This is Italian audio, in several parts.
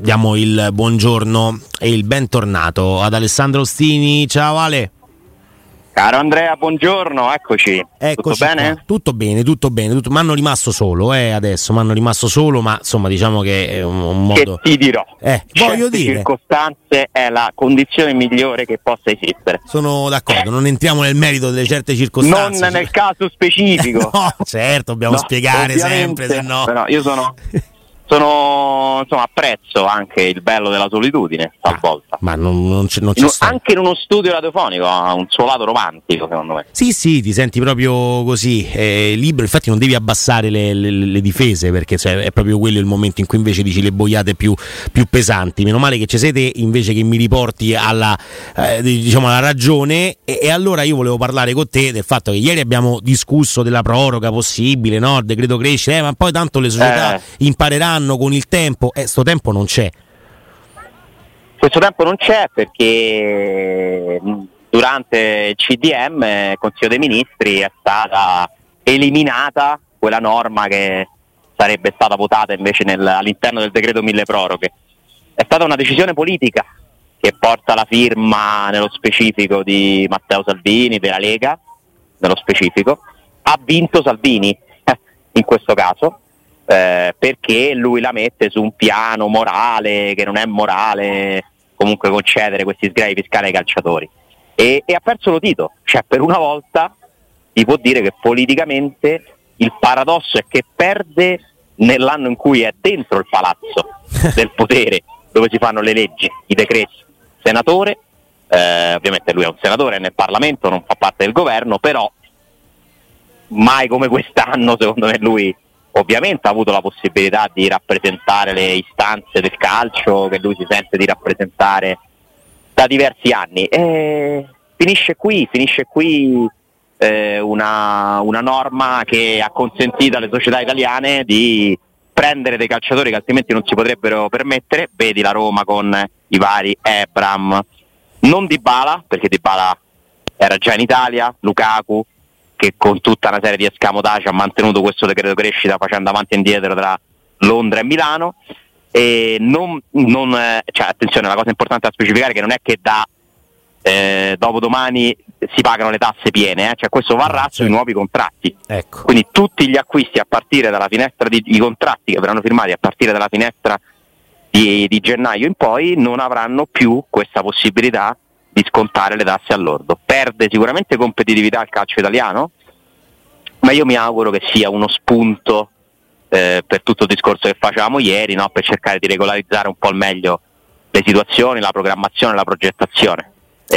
diamo il buongiorno e il bentornato ad Alessandro Ostini. Ciao Ale. Caro Andrea, buongiorno, eccoci. Tutto bene? Qua. Tutto bene. Mi hanno rimasto solo adesso, ma insomma diciamo che è un modo... Che ti dirò, voglio dire, circostanze è la condizione migliore che possa esistere. Sono d'accordo, non entriamo nel merito delle certe circostanze. Non nel caso specifico. No, certo, dobbiamo spiegare sempre, se no... Però io sono insomma, apprezzo anche il bello della solitudine talvolta. Ma non c'è anche in uno studio radiofonico ha un suo lato romantico, secondo me. Sì, ti senti proprio così, libero. Infatti non devi abbassare le difese, perché è proprio quello il momento in cui invece dici le boiate più pesanti. Meno male che ci siete, invece che mi riporti alla ragione. E allora io volevo parlare con te del fatto che ieri abbiamo discusso della proroga possibile, no? Il decreto crescita, ma poi tanto le società impareranno con il tempo. Sto tempo non c'è. Questo tempo non c'è perché durante il CDM, il Consiglio dei Ministri, è stata eliminata quella norma che sarebbe stata votata invece all'interno del decreto mille proroghe. È stata una decisione politica che porta la firma nello specifico di Matteo Salvini, della Lega, nello specifico. Ha vinto Salvini in questo caso. Perché lui la mette su un piano morale che non è morale comunque concedere questi sgravi fiscali ai calciatori e ha perso lo titolo. Cioè, per una volta si può dire che politicamente il paradosso è che perde nell'anno in cui è dentro il palazzo del potere dove si fanno le leggi, i decreti. Senatore, ovviamente lui è un senatore nel Parlamento, non fa parte del governo, però mai come quest'anno secondo me lui ovviamente ha avuto la possibilità di rappresentare le istanze del calcio che lui si sente di rappresentare da diversi anni. Finisce qui una norma che ha consentito alle società italiane di prendere dei calciatori che altrimenti non si potrebbero permettere. Vedi la Roma con i vari Ebram, non Dybala, perché Dybala era già in Italia, Lukaku, che con tutta una serie di escamotage ha mantenuto questo decreto crescita facendo avanti e indietro tra Londra e Milano. E attenzione, la cosa importante da specificare è che non è che da dopodomani si pagano le tasse piene, cioè questo varrà sui nuovi contratti. Ecco. Quindi tutti gli acquisti a partire dalla finestra i contratti che verranno firmati a partire dalla finestra di gennaio in poi non avranno più questa possibilità di scontare le tasse all'ordo. Perde sicuramente competitività il calcio italiano, ma io mi auguro che sia uno spunto per tutto il discorso che facevamo ieri, no? Per cercare di regolarizzare un po' al meglio le situazioni, la programmazione, la progettazione,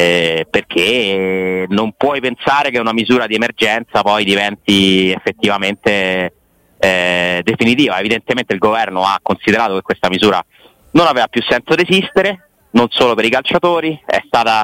perché non puoi pensare che una misura di emergenza poi diventi effettivamente definitiva. Evidentemente il governo ha considerato che questa misura non aveva più senso di esistere, non solo per i calciatori, è stata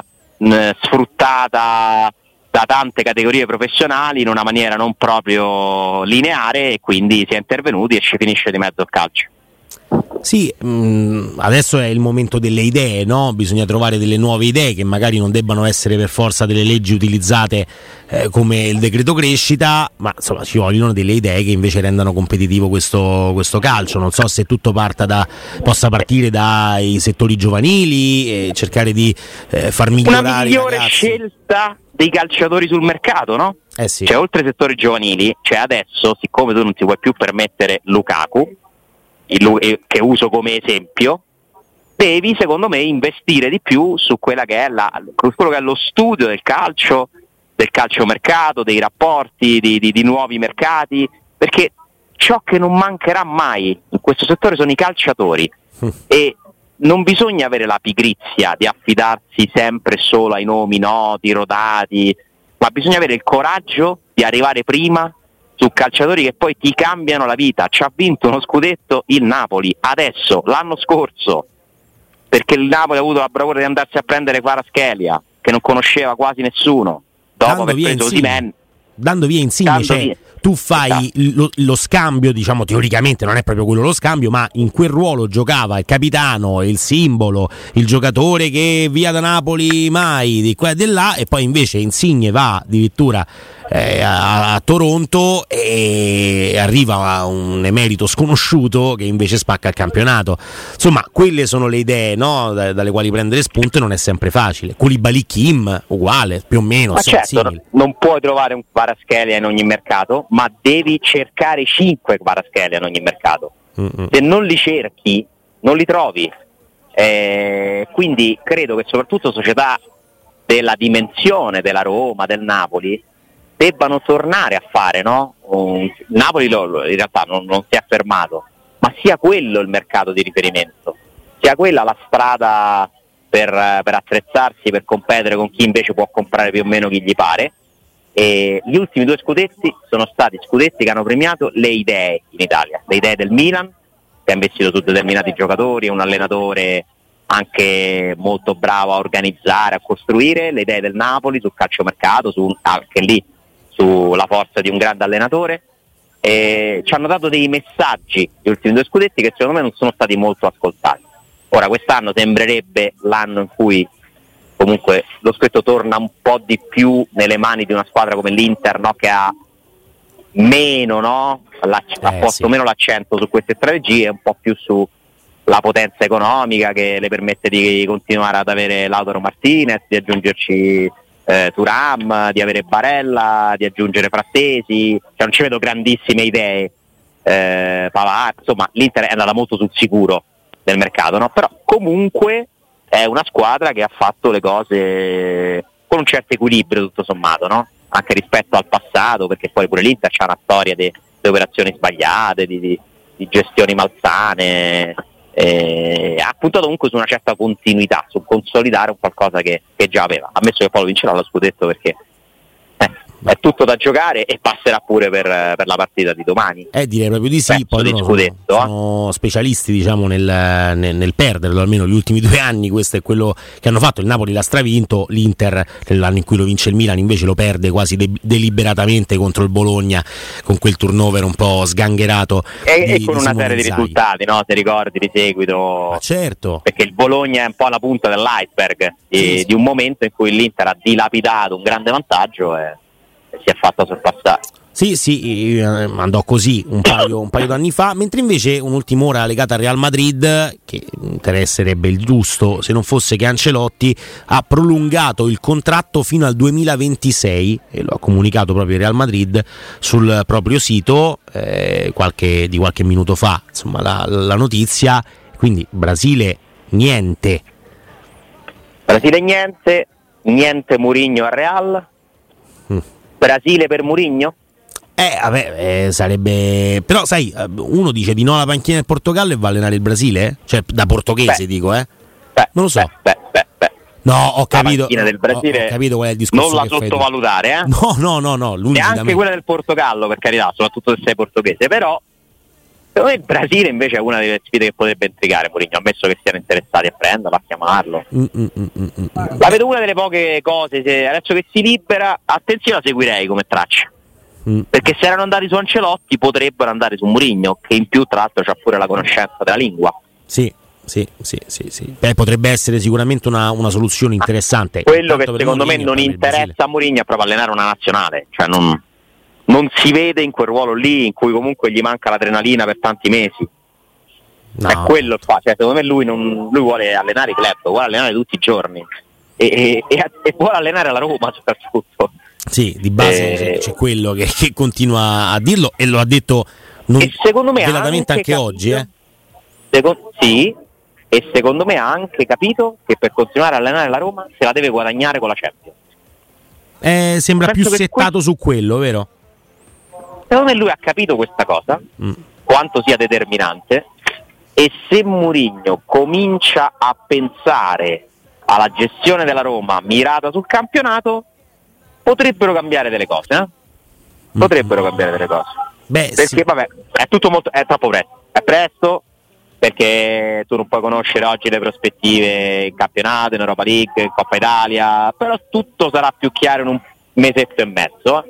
sfruttata da tante categorie professionali in una maniera non proprio lineare e quindi si è intervenuti e ci finisce di mezzo il calcio. Sì, adesso è il momento delle idee, no? Bisogna trovare delle nuove idee che magari non debbano essere per forza delle leggi utilizzate come il decreto crescita, ma insomma ci vogliono delle idee che invece rendano competitivo questo calcio. Non so se tutto possa partire dai settori giovanili e cercare di far migliorare una migliore i ragazzi. Scelta dei calciatori sul mercato, no? Sì. Cioè, oltre ai settori giovanili, cioè adesso, siccome tu non ti puoi più permettere Lukaku, che uso come esempio, devi secondo me investire di più su quella che è quello che è lo studio del calciomercato, dei rapporti, di nuovi mercati, perché ciò che non mancherà mai in questo settore sono i calciatori e non bisogna avere la pigrizia di affidarsi sempre solo ai nomi noti, rodati, ma bisogna avere il coraggio di arrivare prima su calciatori che poi ti cambiano la vita. Ci ha vinto uno scudetto il Napoli, adesso, l'anno scorso, perché il Napoli ha avuto la bravura di andarsi a prendere che non conosceva quasi nessuno, dopo aver preso Osimhen. Dando via Insigne, tu fai lo scambio, diciamo teoricamente non è proprio quello lo scambio, ma in quel ruolo giocava il capitano, il simbolo, il giocatore che via da Napoli mai, di qua e di là, e poi invece Insigne va addirittura a Toronto e arriva a un emerito sconosciuto che invece spacca il campionato. Insomma, quelle sono le idee, no? Dalle quali prendere spunto, e non è sempre facile. Koulibaly, Kim, uguale, più o meno. Ma certo, non puoi trovare un Kvaratskhelia in ogni mercato, ma devi cercare 5 Kvaratskhelia in ogni mercato. Se non li cerchi, non li trovi. Quindi credo che soprattutto società della dimensione della Roma, del Napoli, debbano tornare a fare, no? Napoli in realtà non si è fermato, ma sia quello il mercato di riferimento, sia quella la strada per attrezzarsi, per competere con chi invece può comprare più o meno chi gli pare. E gli ultimi 2 scudetti sono stati scudetti che hanno premiato le idee in Italia, le idee del Milan, che ha investito su determinati giocatori, un allenatore anche molto bravo a organizzare, a costruire, le idee del Napoli sul calciomercato, anche lì sulla forza di un grande allenatore. Ci hanno dato dei messaggi gli ultimi 2 scudetti che secondo me non sono stati molto ascoltati. Ora quest'anno sembrerebbe l'anno in cui comunque lo scudetto torna un po' di più nelle mani di una squadra come l'Inter, no? Che ha meno, no? Ha posto meno l'accento su queste strategie, un po' più sulla potenza economica che le permette di continuare ad avere Lautaro Martinez, di aggiungerci Thuram, di avere Barella, di aggiungere Frattesi. Cioè non ci vedo grandissime idee, Pavard, insomma l'Inter è andata molto sul sicuro del mercato, no? Però comunque è una squadra che ha fatto le cose con un certo equilibrio tutto sommato, no? Anche rispetto al passato, perché poi pure l'Inter c'ha una storia di operazioni sbagliate, di gestioni malsane, ha puntato comunque su una certa continuità, su consolidare un qualcosa che già aveva. Ammesso che poi lo vincerà lo scudetto, perché è tutto da giocare e passerà pure per la partita di domani. Direi proprio di sì. Poi sono specialisti, diciamo, nel perderlo, almeno gli ultimi 2 anni. Questo è quello che hanno fatto. Il Napoli l'ha stravinto, l'Inter nell'anno in cui lo vince il Milan invece lo perde quasi deliberatamente contro il Bologna, con quel turnover un po' sgangherato e con una serie di risultati, no? Se ricordi di seguito. Ma certo, perché il Bologna è un po' la punta dell'iceberg di un momento in cui l'Inter ha dilapidato un grande vantaggio e si è fatta sorpassare. Sì, andò così un paio d'anni fa, mentre invece un'ultima ora legata al Real Madrid, che interesserebbe il giusto se non fosse che Ancelotti ha prolungato il contratto fino al 2026 e lo ha comunicato proprio il Real Madrid sul proprio sito di qualche minuto fa, insomma la notizia. Quindi Brasile niente Mourinho al Real. Brasile per Mourinho? Sarebbe. Però sai, uno dice di no alla panchina del Portogallo e va a allenare il Brasile? Cioè, da portoghese dico, non lo so. No, ho capito. La panchina del Brasile, ho capito qual è il discorso. Non la sottovalutare, No. E anche quella del Portogallo, per carità, soprattutto se sei portoghese, però secondo me il Brasile invece è una delle sfide che potrebbe intrigare Mourinho, ammesso che siano interessati a prenderlo, a chiamarlo. La vedo una delle poche cose, adesso che si libera, attenzione, la seguirei come traccia. Perché se erano andati su Ancelotti potrebbero andare su Mourinho, che in più tra l'altro c'ha pure la conoscenza della lingua. Sì. Potrebbe essere sicuramente una soluzione interessante. Quello che secondo me non interessa a Mourinho è proprio allenare una nazionale, cioè non si vede in quel ruolo lì in cui comunque gli manca l'adrenalina per tanti mesi. No. È quello il fatto, cioè, secondo me lui vuole allenare i club, vuole allenare tutti i giorni e vuole allenare la Roma soprattutto. Sì, di base c'è quello che continua a dirlo e lo ha detto e secondo me anche oggi. Sì, e secondo me ha anche capito che per continuare a allenare la Roma se la deve guadagnare con la Champions. Sembra più settato su quello, vero? Secondo me lui ha capito questa cosa, quanto sia determinante, e se Mourinho comincia a pensare alla gestione della Roma mirata sul campionato, potrebbero cambiare delle cose, Potrebbero cambiare delle cose. Perché sì. Vabbè, è troppo presto. È presto perché tu non puoi conoscere oggi le prospettive in campionato, in Europa League, in Coppa Italia, però tutto sarà più chiaro in un mesetto e mezzo.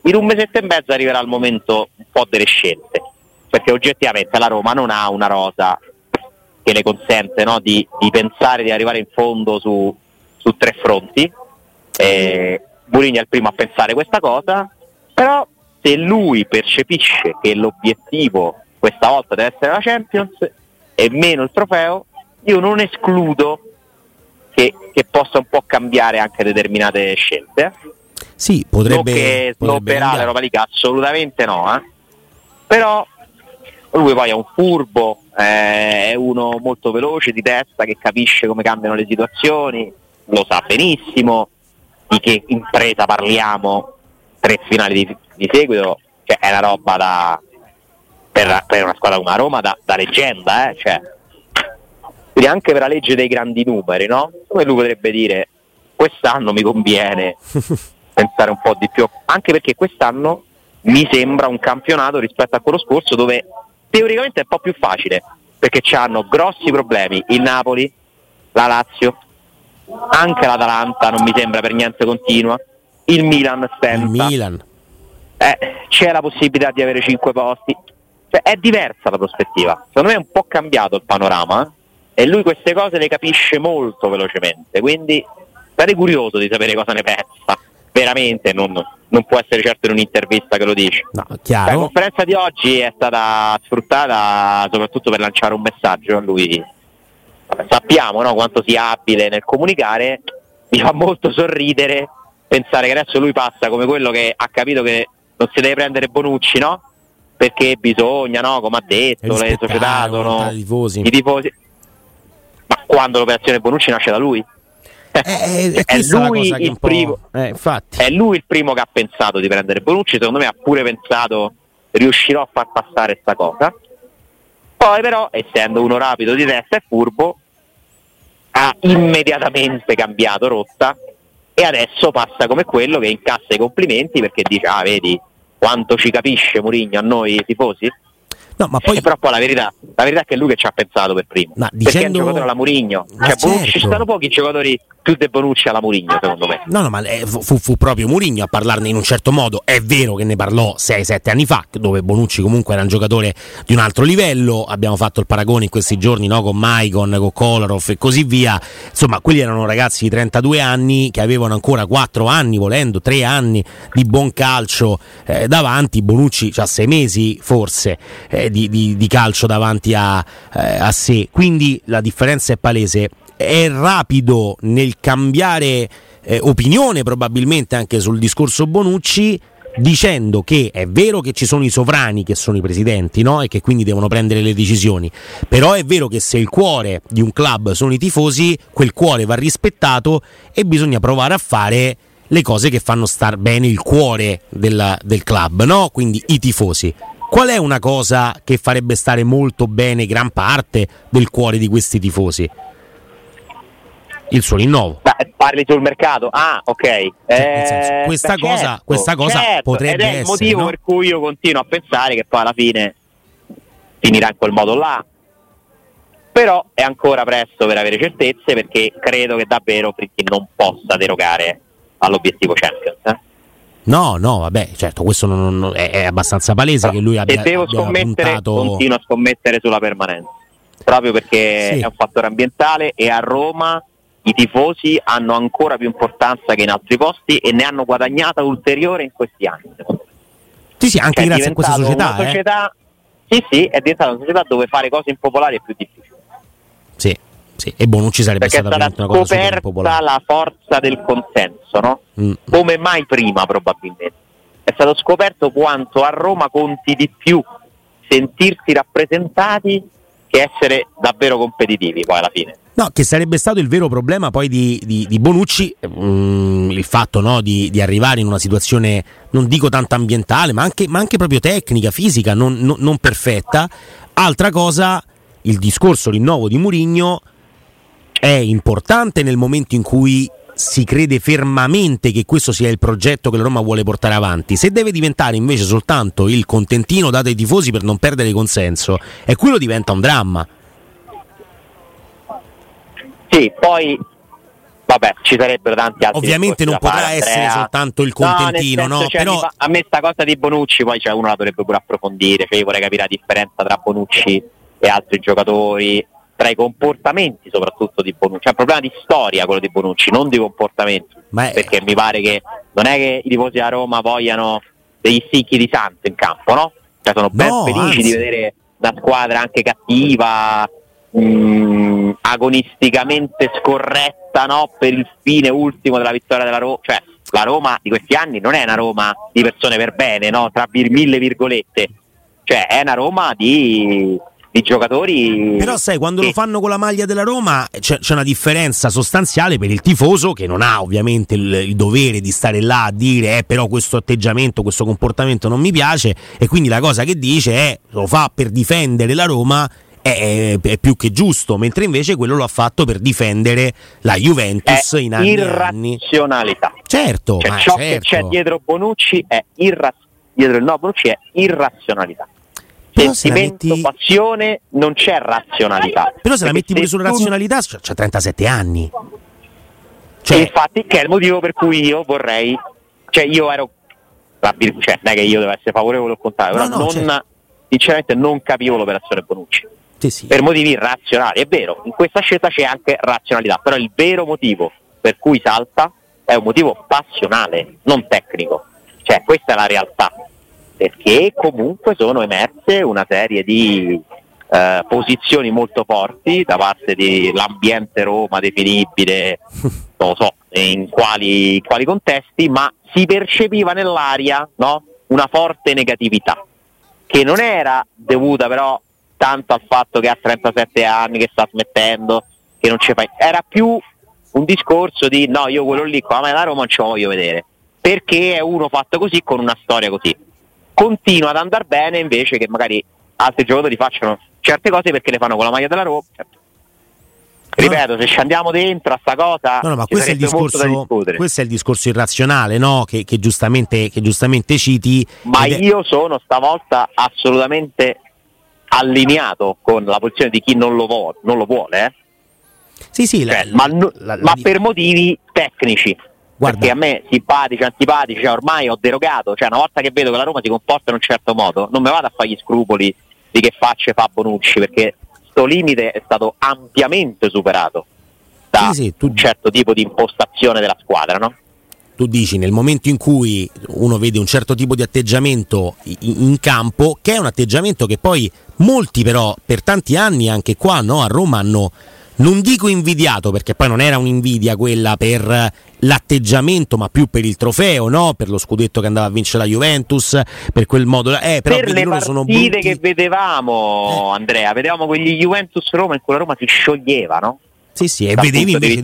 in un mesetto e mezzo arriverà il momento un po' delle scelte, perché oggettivamente la Roma non ha una rosa che le consente, no, di pensare di arrivare in fondo su 3 fronti. Mourinho è il primo a pensare questa cosa, però se lui percepisce che l'obiettivo questa volta deve essere la Champions e meno il trofeo, io non escludo che possa un po' cambiare anche determinate scelte. Sì, potrebbe. Non che snobberà l'Europa League, assolutamente no, però lui poi è un furbo, è uno molto veloce, di testa, che capisce come cambiano le situazioni, lo sa benissimo di che impresa parliamo, 3 finali di seguito, cioè è una roba per una squadra come la Roma da leggenda, cioè. Quindi anche per la legge dei grandi numeri, no? Come lui potrebbe dire, quest'anno mi conviene pensare un po' di più, anche perché quest'anno mi sembra un campionato rispetto a quello scorso dove teoricamente è un po' più facile, perché c'hanno grossi problemi il Napoli, la Lazio, anche l'Atalanta non mi sembra per niente continua, il Milan stenta, c'è la possibilità di avere 5 posti, cioè è diversa la prospettiva, secondo me è un po' cambiato il panorama, e lui queste cose le capisce molto velocemente, quindi sarei curioso di sapere cosa ne pensa veramente, non può essere certo in un'intervista che lo dice. No, chiaro. La conferenza di oggi è stata sfruttata soprattutto per lanciare un messaggio a lui. Sappiamo, no, quanto sia abile nel comunicare, mi fa molto sorridere pensare che adesso lui passa come quello che ha capito che non si deve prendere Bonucci, no? Perché bisogna, no, come ha detto, le società sono i tifosi. Ma quando l'operazione Bonucci nasce da lui? È lui il primo, infatti. È lui il primo che ha pensato di prendere Bonucci, secondo me ha pure pensato riuscirò a far passare questa cosa. Poi però, essendo uno rapido di testa e furbo, ha immediatamente cambiato rotta e adesso passa come quello che incassa i complimenti perché dice vedi quanto ci capisce Mourinho a noi tifosi. No, ma poi... però poi la verità è che è lui che ci ha pensato per primo, perché è un giocatore alla Mourinho, Bonucci, ci stanno pochi giocatori più di Bonucci alla Mourinho secondo me. No, ma fu proprio Mourinho a parlarne in un certo modo. È vero che ne parlò 6-7 anni fa, dove Bonucci comunque era un giocatore di un altro livello, abbiamo fatto il paragone in questi giorni, no, con Maicon, con Kolarov e così via. Insomma, quelli erano ragazzi di 32 anni che avevano ancora 4 anni, volendo 3 anni di buon calcio davanti. Bonucci c'ha 6 mesi forse di calcio davanti a sé, quindi la differenza è palese. È rapido nel cambiare opinione probabilmente anche sul discorso Bonucci, dicendo che è vero che ci sono i sovrani che sono i presidenti, no? E che quindi devono prendere le decisioni, però è vero che se il cuore di un club sono i tifosi, quel cuore va rispettato e bisogna provare a fare le cose che fanno star bene il cuore del club, no? Quindi i tifosi. Qual è una cosa che farebbe stare molto bene gran parte del cuore di questi tifosi? Il suo rinnovo. Parli sul mercato? Ok. Nel senso, questa cosa potrebbe essere. Ed è il motivo, no? per cui io continuo a pensare che poi alla fine finirà in quel modo là. Però è ancora presto per avere certezze, perché credo che davvero Fritti non possa derogare all'obiettivo Champions. No, vabbè, certo, questo non è abbastanza palese. Però, che lui abbia, se devo scommettere, puntato... continuo a scommettere sulla permanenza, proprio perché è un fattore ambientale, e a Roma i tifosi hanno ancora più importanza che in altri posti e ne hanno guadagnata ulteriore in questi anni. Sì, anche grazie a questa società. Sì, è diventata una società dove fare cose impopolari è più difficile. Sì, e Bonucci sarebbe stata una cosa super impopolare. La forza del consenso, no? Come mai prima probabilmente. È stato scoperto quanto a Roma conti di più sentirsi rappresentati che essere davvero competitivi poi alla fine. No, che sarebbe stato il vero problema poi di Bonucci, il fatto, no, di arrivare in una situazione, non dico tanto ambientale, ma anche proprio tecnica, fisica, non perfetta. Altra cosa, il discorso rinnovo di Mourinho è importante nel momento in cui si crede fermamente che questo sia il progetto che la Roma vuole portare avanti. Se deve diventare invece soltanto il contentino dato ai tifosi per non perdere consenso, e quello diventa un dramma. Sì, poi vabbè, ci sarebbero tanti altri. Ovviamente non potrà fare, essere soltanto il contentino, no? Cioè, Però a me sta cosa di Bonucci poi uno la dovrebbe pure approfondire, cioè io vorrei capire la differenza tra Bonucci e altri giocatori, tra i comportamenti soprattutto di Bonucci. È un problema di storia quello di Bonucci, non di comportamenti, perché mi pare che non è che i tifosi a Roma vogliano degli sticchi di santo in campo, no? Cioè sono ben felici di vedere una squadra anche cattiva, agonisticamente scorretta, no? Per il fine ultimo della vittoria della Roma. Cioè la Roma di questi anni non è una Roma di persone per bene, no? Tra mille virgolette, cioè è una Roma di giocatori. Però sai, quando lo fanno con la maglia della Roma c'è una differenza sostanziale per il tifoso, che non ha ovviamente il dovere di stare là a dire però questo atteggiamento, questo comportamento non mi piace, e quindi la cosa che dice è lo fa per difendere la Roma, è più che giusto, mentre invece quello lo ha fatto per difendere la Juventus in anni e anni. Irrazionalità. Certo, cioè, ciò che c'è dietro Bonucci è dietro il no Bonucci è irrazionalità. Sentimento, passione, non c'è razionalità. Però se la metti pure sulla razionalità, c'ha 37 anni. Cioè, infatti, che è il motivo per cui io vorrei, cioè io ero, non è che io devo essere favorevole o contrario, però sinceramente non capivo l'operazione Bonucci. Sì. Per motivi razionali, è vero, in questa scelta c'è anche razionalità, però il vero motivo per cui salta è un motivo passionale, non tecnico. Cioè, questa è la realtà. Perché comunque sono emerse una serie di posizioni molto forti da parte dell'ambiente Roma definibile, non lo so in quali contesti, ma si percepiva nell'aria, no? Una forte negatività, che non era dovuta però tanto al fatto che ha 37 anni, che sta smettendo, che non ce fai, era più un discorso di no, io quello lì qua, ma la Roma non ce lo voglio vedere, perché è uno fatto così con una storia così. Continua ad andare bene invece che magari altri giocatori facciano certe cose perché le fanno con la maglia della Roma. Ripeto, se ci andiamo dentro a sta cosa, ma questo è il discorso irrazionale, no? Che giustamente citi. Ma io sono stavolta assolutamente allineato con la posizione di chi non lo vuole. Sì, ma per motivi tecnici. Guarda. Perché a me simpatici, antipatici, ormai ho derogato, cioè una volta che vedo che la Roma si comporta in un certo modo non mi vado a fare gli scrupoli di che facce fa Bonucci, perché sto limite è stato ampiamente superato da un certo tipo di impostazione della squadra, no? Tu dici, nel momento in cui uno vede un certo tipo di atteggiamento in campo, che è un atteggiamento che poi molti però per tanti anni anche qua, no, a Roma hanno, non dico invidiato, perché poi non era un'invidia quella per l'atteggiamento, ma più per il trofeo, no? Per lo scudetto che andava a vincere la Juventus, per quel modo. Però per le partite che vedevamo, Andrea, vedevamo quegli Juventus Roma in cui la Roma si scioglieva, no? Sì, e vedevi invece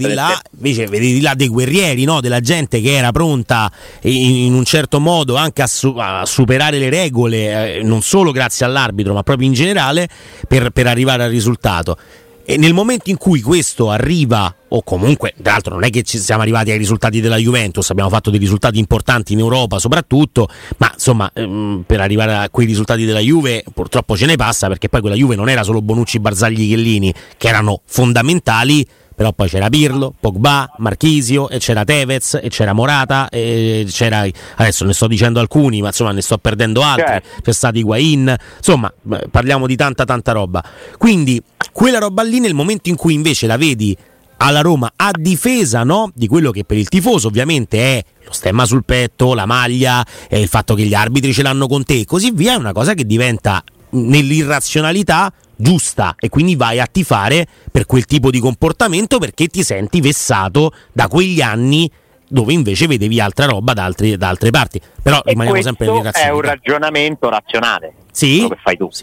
di là dei guerrieri, no? Della gente che era pronta in un certo modo anche a superare le regole, non solo grazie all'arbitro, ma proprio in generale, per arrivare al risultato. E nel momento in cui questo arriva, o comunque, tra l'altro non è che ci siamo arrivati ai risultati della Juventus, abbiamo fatto dei risultati importanti in Europa soprattutto, ma insomma per arrivare a quei risultati della Juve purtroppo ce ne passa, perché poi quella Juve non era solo Bonucci, Barzagli, Chiellini, che erano fondamentali, però poi c'era Pirlo, Pogba, Marchisio, e c'era Tevez, e c'era Morata, e c'era, adesso ne sto dicendo alcuni, ma insomma ne sto perdendo altri, c'è stato Higuain, insomma parliamo di tanta roba. Quindi quella roba lì, nel momento in cui invece la vedi alla Roma a difesa, no, di quello che per il tifoso ovviamente è lo stemma sul petto, la maglia, e il fatto che gli arbitri ce l'hanno con te e così via, è una cosa che diventa nell'irrazionalità giusta, e quindi vai a tifare per quel tipo di comportamento perché ti senti vessato da quegli anni dove invece vedevi altra roba da altre parti. Però rimaniamo sempre nell'irrazionalità. È un ragionamento razionale. Sì, quello che fai tu.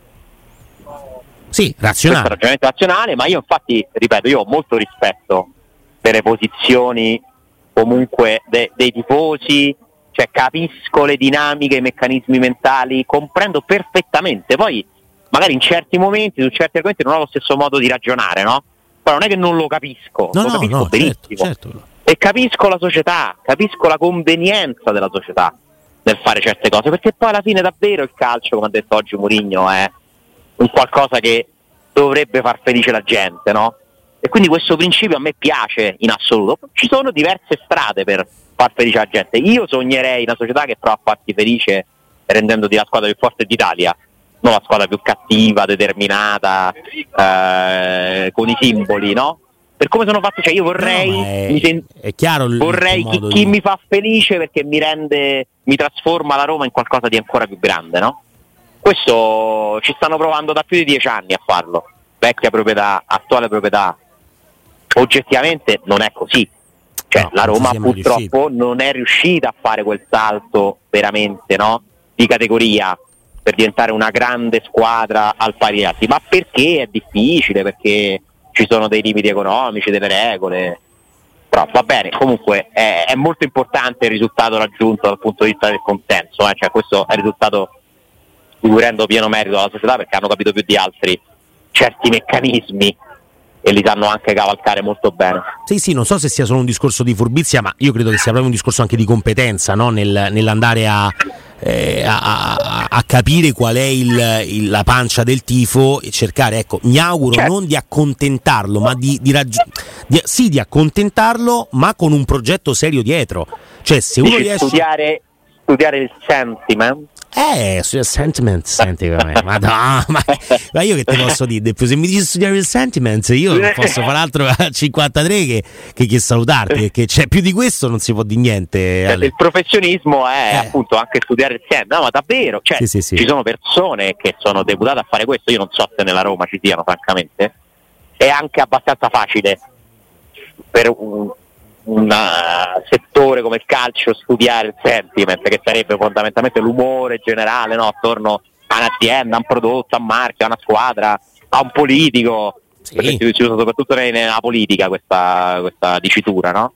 Sì, razionale. Questo è un ragionamento razionale, ma io infatti, ripeto, io ho molto rispetto delle posizioni comunque dei tifosi, cioè capisco le dinamiche, i meccanismi mentali, comprendo perfettamente. Poi magari in certi momenti, su certi argomenti non ho lo stesso modo di ragionare, no? Però non è che non lo capisco, lo capisco benissimo. Certo. E capisco la società, capisco la convenienza della società nel fare certe cose, perché poi alla fine davvero il calcio, come ha detto oggi Mourinho, è un qualcosa che dovrebbe far felice la gente, no? E quindi questo principio a me piace in assoluto. Ci sono diverse strade per far felice la gente. Io sognerei una società che prova a farti felice rendendoti la squadra più forte d'Italia, non la squadra più cattiva, determinata, con i simboli, no? Per come sono fatti, cioè io vorrei è chiaro vorrei chi mi fa felice perché mi trasforma la Roma in qualcosa di ancora più grande, no? Questo ci stanno provando da più di 10 anni a farlo. Vecchia proprietà, attuale proprietà. Oggettivamente non è così. Cioè, no, la Roma purtroppo non è riuscita a fare quel salto veramente, no? Di categoria per diventare una grande squadra al pari di altri, ma perché è difficile, perché ci sono dei limiti economici, delle regole. Però va bene, comunque è molto importante il risultato raggiunto dal punto di vista del consenso, cioè questo è il risultato di cui rendo pieno merito alla società, perché hanno capito più di altri certi meccanismi e li sanno anche cavalcare molto bene. Sì, non so se sia solo un discorso di furbizia, ma io credo che sia proprio un discorso anche di competenza, no? Nell'andare a capire qual è la pancia del tifo e cercare, ecco, mi auguro non di accontentarlo, ma di accontentarlo, ma con un progetto serio dietro. Cioè, se uno riesce studiare il sentiment. Sentiment, senti com'è. ma io che ti posso dire? Se mi dici studiare il sentiment, io non posso far altro a 53 che salutarti, perché c'è più di questo non si può dire niente. Cioè, il professionismo è appunto anche studiare il sentiment. No, ma davvero, cioè, sì. Ci sono persone che sono deputate a fare questo, io non so se nella Roma ci siano, francamente. È anche abbastanza facile per un settore come il calcio studiare il sentiment, che sarebbe fondamentalmente l'umore generale, no? Attorno a un'azienda, a un prodotto, a un marchio, a una squadra, a un politico. Sì. Perché si usa soprattutto nella politica questa dicitura, no?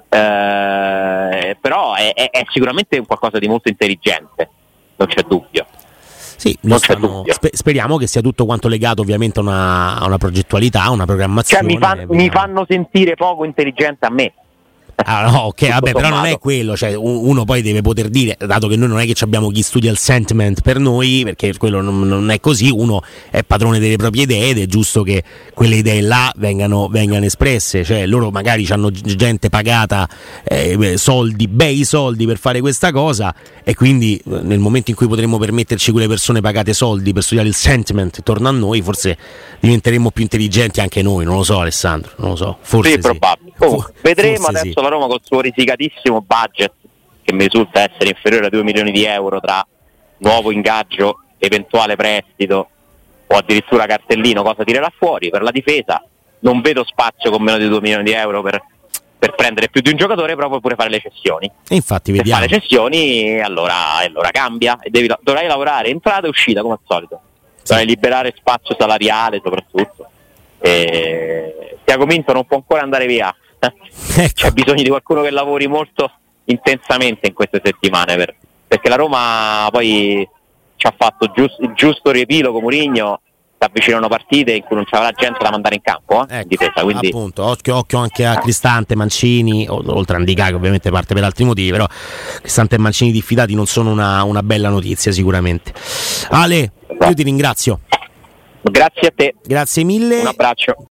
Però è sicuramente qualcosa di molto intelligente, non c'è dubbio. Sì, speriamo che sia tutto quanto legato ovviamente a una progettualità, a una programmazione. Cioè, mi fanno sentire poco intelligente a me. No, ok, vabbè, però non è quello, cioè uno poi deve poter dire, dato che noi non è che abbiamo chi studia il sentiment per noi, perché quello non è così, uno è padrone delle proprie idee ed è giusto che quelle idee là vengano espresse, cioè loro magari hanno gente pagata bei soldi per fare questa cosa, e quindi nel momento in cui potremo permetterci quelle persone pagate soldi per studiare il sentiment intorno a noi, forse diventeremo più intelligenti anche noi, non lo so Alessandro, non lo so, forse sì. Probabile. Vedremo forse adesso la Roma col suo risicatissimo budget, che mi risulta essere inferiore a 2 milioni di euro tra nuovo ingaggio, eventuale prestito o addirittura cartellino, cosa tirerà fuori per la difesa. Non vedo spazio con meno di 2 milioni di euro per prendere più di un giocatore, però puoi pure fare le cessioni. E infatti vediamo. Per fare le cessioni allora cambia e dovrai lavorare entrata e uscita come al solito. Dovrai liberare spazio salariale soprattutto. Tiago Pinto non può ancora andare via. C'è bisogno di qualcuno che lavori molto intensamente in queste settimane perché la Roma poi ci ha fatto il giusto riepilogo. Mourinho, si avvicinano partite in cui non c'avrà gente da mandare in campo in difesa, quindi appunto occhio anche a Cristante, Mancini, oltre a Ndicà che ovviamente parte per altri motivi, però Cristante e Mancini diffidati non sono una bella notizia sicuramente. Ale, io ti ringrazio. Grazie a te. Grazie mille. Un abbraccio.